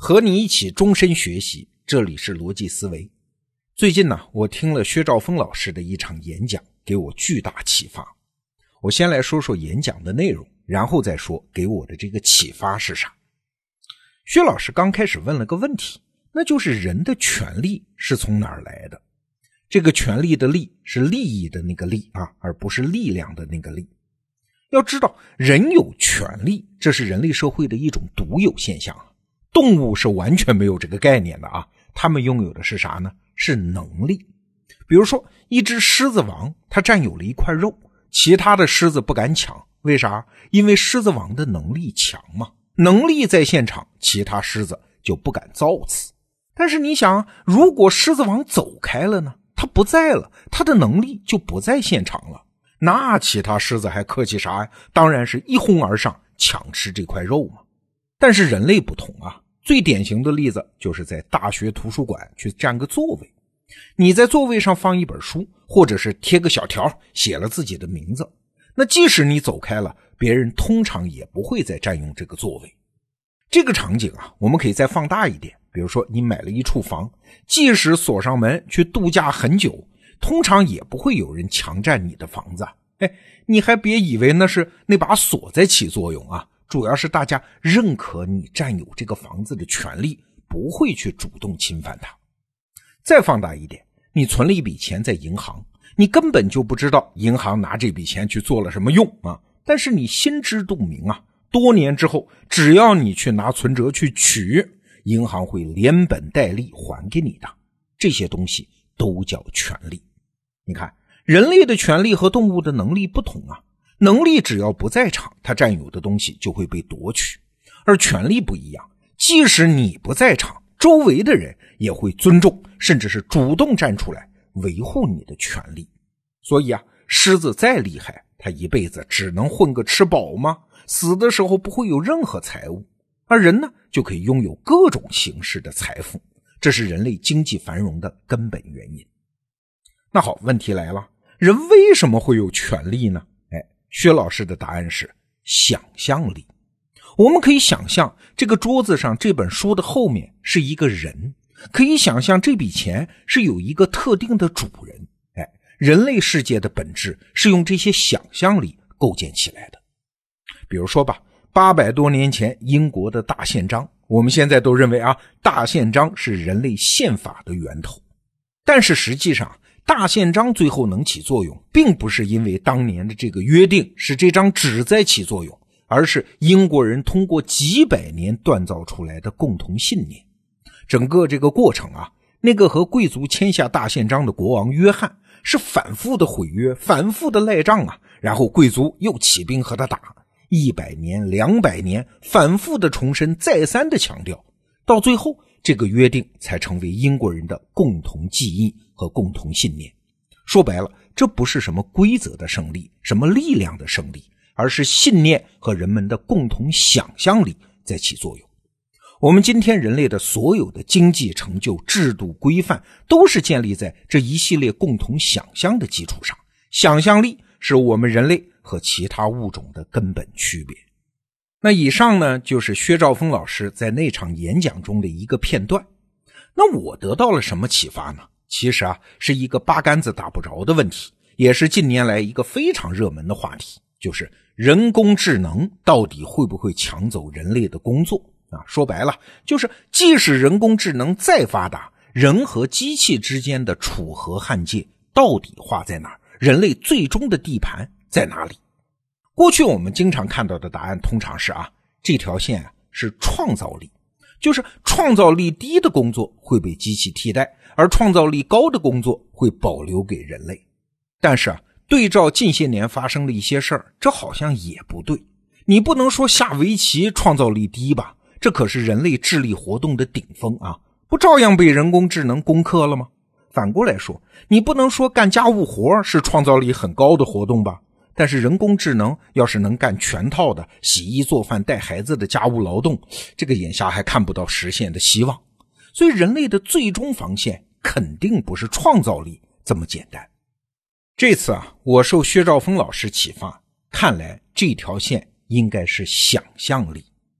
和你一起终身学习，这里是逻辑思维。最近呢，我听了薛兆丰老师的一场演讲，给我巨大启发。我先来说说演讲的内容，然后再说给我的这个启发是啥。薛老师刚开始问了个问题，那就是人的权利是从哪儿来的？这个权利的利是利益的那个利啊，而不是力量的那个利。要知道，人有权利，这是人类社会的一种独有现象。动物是完全没有这个概念的啊，它们拥有的是啥呢？是能力。比如说，一只狮子王，它占有了一块肉，其他的狮子不敢抢，为啥？因为狮子王的能力强嘛，能力在现场，其他狮子就不敢造次。但是你想，如果狮子王走开了呢？他不在了，他的能力就不在现场了，那其他狮子还客气啥呀？当然是一哄而上抢吃这块肉嘛。但是人类不同啊，最典型的例子就是在大学图书馆去占个座位，你在座位上放一本书，或者是贴个小条写了自己的名字，那即使你走开了，别人通常也不会再占用这个座位。这个场景啊，我们可以再放大一点，比如说你买了一处房，即使锁上门去度假很久，通常也不会有人强占你的房子。你还别以为那把锁在起作用啊，主要是大家认可你占有这个房子的权利，不会去主动侵犯它。再放大一点，你存了一笔钱在银行，你根本就不知道银行拿这笔钱去做了什么用啊，但是你心知肚明啊，多年之后，只要你去拿存折去取，银行会连本带利还给你的。这些东西都叫权利。你看，人类的权利和动物的能力不同啊，能力只要不在场，他占有的东西就会被夺取，而权利不一样，即使你不在场，周围的人也会尊重，甚至是主动站出来维护你的权利。所以啊，狮子再厉害，他一辈子只能混个吃饱吗？死的时候不会有任何财物，而人呢，就可以拥有各种形式的财富，这是人类经济繁荣的根本原因。那好，问题来了，人为什么会有权利呢？薛老师的答案是想象力。我们可以想象这个桌子上这本书的后面是一个人，可以想象这笔钱是有一个特定的主人。人类世界的本质是用这些想象力构建起来的。比如说吧，800多年前英国的大宪章，我们现在都认为啊，大宪章是人类宪法的源头。但是实际上，大宪章最后能起作用，并不是因为当年的这个约定是这张纸在起作用，而是英国人通过几百年锻造出来的共同信念。整个这个过程啊，那个和贵族签下大宪章的国王约翰是反复的毁约，反复的赖账啊，然后贵族又起兵和他打，100年200年反复的重申，再三的强调，到最后这个约定才成为英国人的共同记忆和共同信念。说白了，这不是什么规则的胜利，什么力量的胜利，而是信念和人们的共同想象力在起作用。我们今天人类的所有的经济成就、制度规范，都是建立在这一系列共同想象的基础上。想象力是我们人类和其他物种的根本区别。那以上呢，就是薛兆丰老师在那场演讲中的一个片段。那我得到了什么启发呢？其实啊，是一个八竿子打不着的问题，也是近年来一个非常热门的话题，就是人工智能到底会不会抢走人类的工作啊？说白了，就是即使人工智能再发达，人和机器之间的楚河汉界到底画在哪儿？人类最终的地盘在哪里？过去我们经常看到的答案通常是这条线是创造力，就是创造力低的工作会被机器替代，而创造力高的工作会保留给人类。但是对照近些年发生的一些事儿，这好像也不对。你不能说下围棋创造力低吧，这可是人类智力活动的顶峰啊，不照样被人工智能攻克了吗？反过来说，你不能说干家务活是创造力很高的活动吧，但是人工智能要是能干全套的洗衣做饭带孩子的家务劳动，这个眼下还看不到实现的希望。所以人类的最终防线肯定不是创造力这么简单。这次我受薛兆丰老师启发，看来这条线应该是想象力。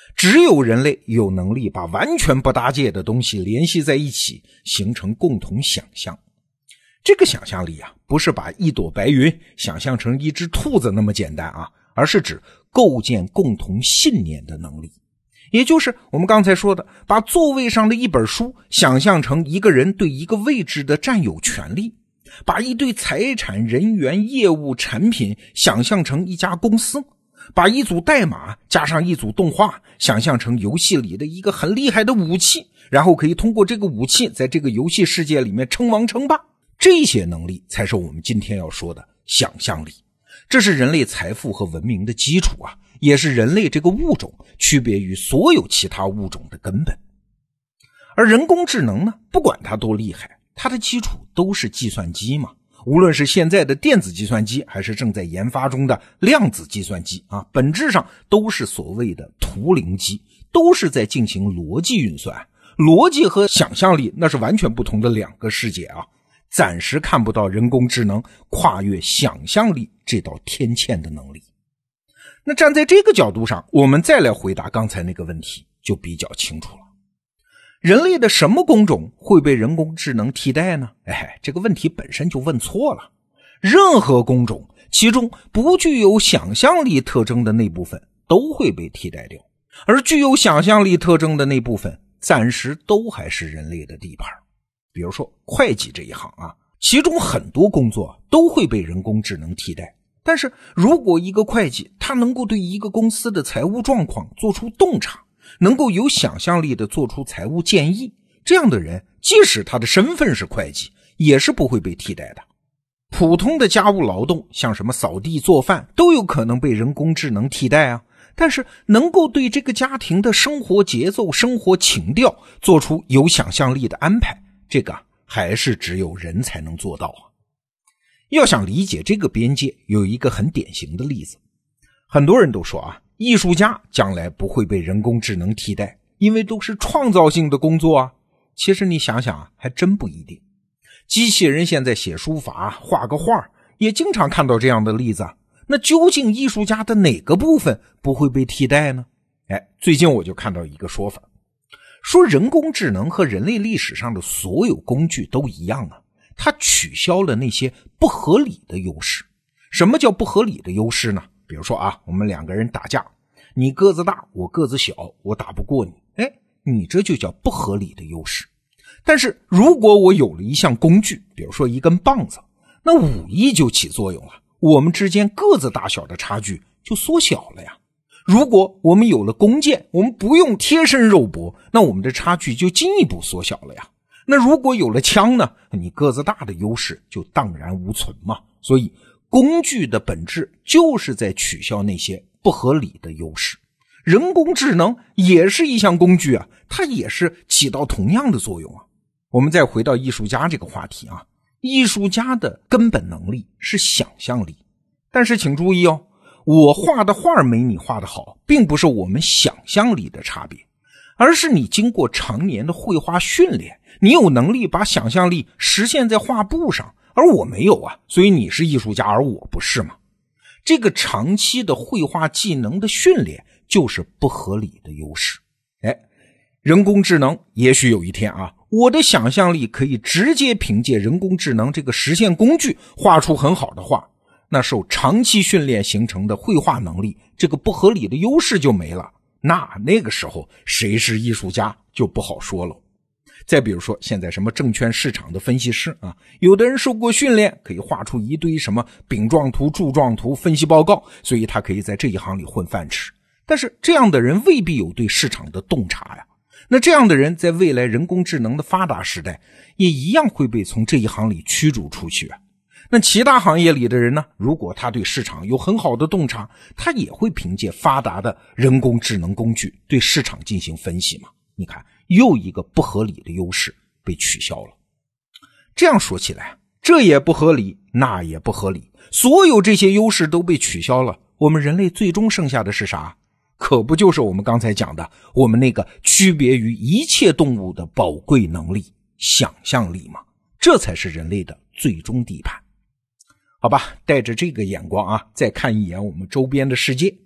只有人类有能力把完全不搭界的东西联系在一起，形成共同想象。这个想象力啊，不是把一朵白云想象成一只兔子那么简单啊，而是指构建共同信念的能力。也就是我们刚才说的，把座位上的一本书想象成一个人对一个位置的占有权利，把一堆财产、人员、业务、产品想象成一家公司，把一组代码加上一组动画想象成游戏里的一个很厉害的武器，然后可以通过这个武器在这个游戏世界里面称王称霸。这些能力才是我们今天要说的想象力，这是人类财富和文明的基础啊，也是人类这个物种区别于所有其他物种的根本。而人工智能呢，不管它多厉害，它的基础都是计算机嘛，无论是现在的电子计算机还是正在研发中的量子计算机啊，本质上都是所谓的图灵机，都是在进行逻辑运算。逻辑和想象力那是完全不同的两个世界啊，暂时看不到人工智能跨越想象力这道天堑的能力。那站在这个角度上，我们再来回答刚才那个问题就比较清楚了。人类的什么工种会被人工智能替代呢？这个问题本身就问错了。任何工种，其中不具有想象力特征的那部分都会被替代掉，而具有想象力特征的那部分暂时都还是人类的地盘。比如说会计这一行啊，其中很多工作都会被人工智能替代，但是如果一个会计他能够对一个公司的财务状况做出洞察，能够有想象力的做出财务建议，这样的人即使他的身份是会计，也是不会被替代的。普通的家务劳动，像什么扫地做饭，都有可能被人工智能替代啊，但是能够对这个家庭的生活节奏、生活情调做出有想象力的安排，这个还是只有人才能做到啊。要想理解这个边界，有一个很典型的例子。很多人都说啊，艺术家将来不会被人工智能替代，因为都是创造性的工作啊。其实你想想啊，还真不一定。机器人现在写书法、画个画，也经常看到这样的例子啊。那究竟艺术家的哪个部分不会被替代呢？最近我就看到一个说法，说人工智能和人类历史上的所有工具都一样啊，它取消了那些不合理的优势。什么叫不合理的优势呢？比如说啊，我们两个人打架，你个子大，我个子小，我打不过你，你这就叫不合理的优势。但是如果我有了一项工具，比如说一根棒子，那武艺就起作用了，我们之间个子大小的差距就缩小了呀。如果我们有了弓箭，我们不用贴身肉搏，那我们的差距就进一步缩小了呀。那如果有了枪呢，你个子大的优势就荡然无存嘛。所以工具的本质就是在取消那些不合理的优势。人工智能也是一项工具啊，它也是起到同样的作用啊。我们再回到艺术家这个话题啊，艺术家的根本能力是想象力。但是请注意哦，我画的画没你画的好，并不是我们想象力的差别，而是你经过常年的绘画训练，你有能力把想象力实现在画布上，而我没有啊，所以你是艺术家而我不是嘛。这个长期的绘画技能的训练就是不合理的优势。人工智能也许有一天啊，我的想象力可以直接凭借人工智能这个实现工具画出很好的画，那受长期训练形成的绘画能力，这个不合理的优势就没了，那个时候谁是艺术家就不好说了。再比如说现在什么证券市场的分析师啊，有的人受过训练，可以画出一堆什么饼状图、柱状图、分析报告，所以他可以在这一行里混饭吃。但是这样的人未必有对市场的洞察呀。那这样的人在未来人工智能的发达时代，也一样会被从这一行里驱逐出去啊。那其他行业里的人呢，如果他对市场有很好的洞察，他也会凭借发达的人工智能工具对市场进行分析嘛。你看，又一个不合理的优势被取消了。这样说起来，这也不合理，那也不合理，所有这些优势都被取消了，我们人类最终剩下的是啥？可不就是我们刚才讲的，我们那个区别于一切动物的宝贵能力——想象力吗？这才是人类的最终地盘。好吧，带着这个眼光啊，再看一眼我们周边的世界。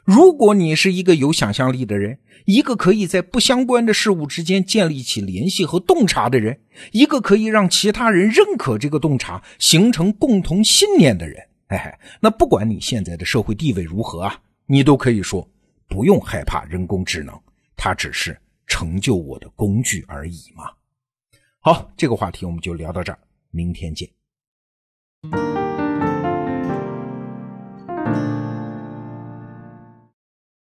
如果你是一个有想象力的人，一个可以在不相关的事物之间建立起联系和洞察的人，一个可以让其他人认可这个洞察，形成共同信念的人，那不管你现在的社会地位如何啊，你都可以说不用害怕人工智能，它只是成就我的工具而已嘛。好，这个话题我们就聊到这儿，明天见。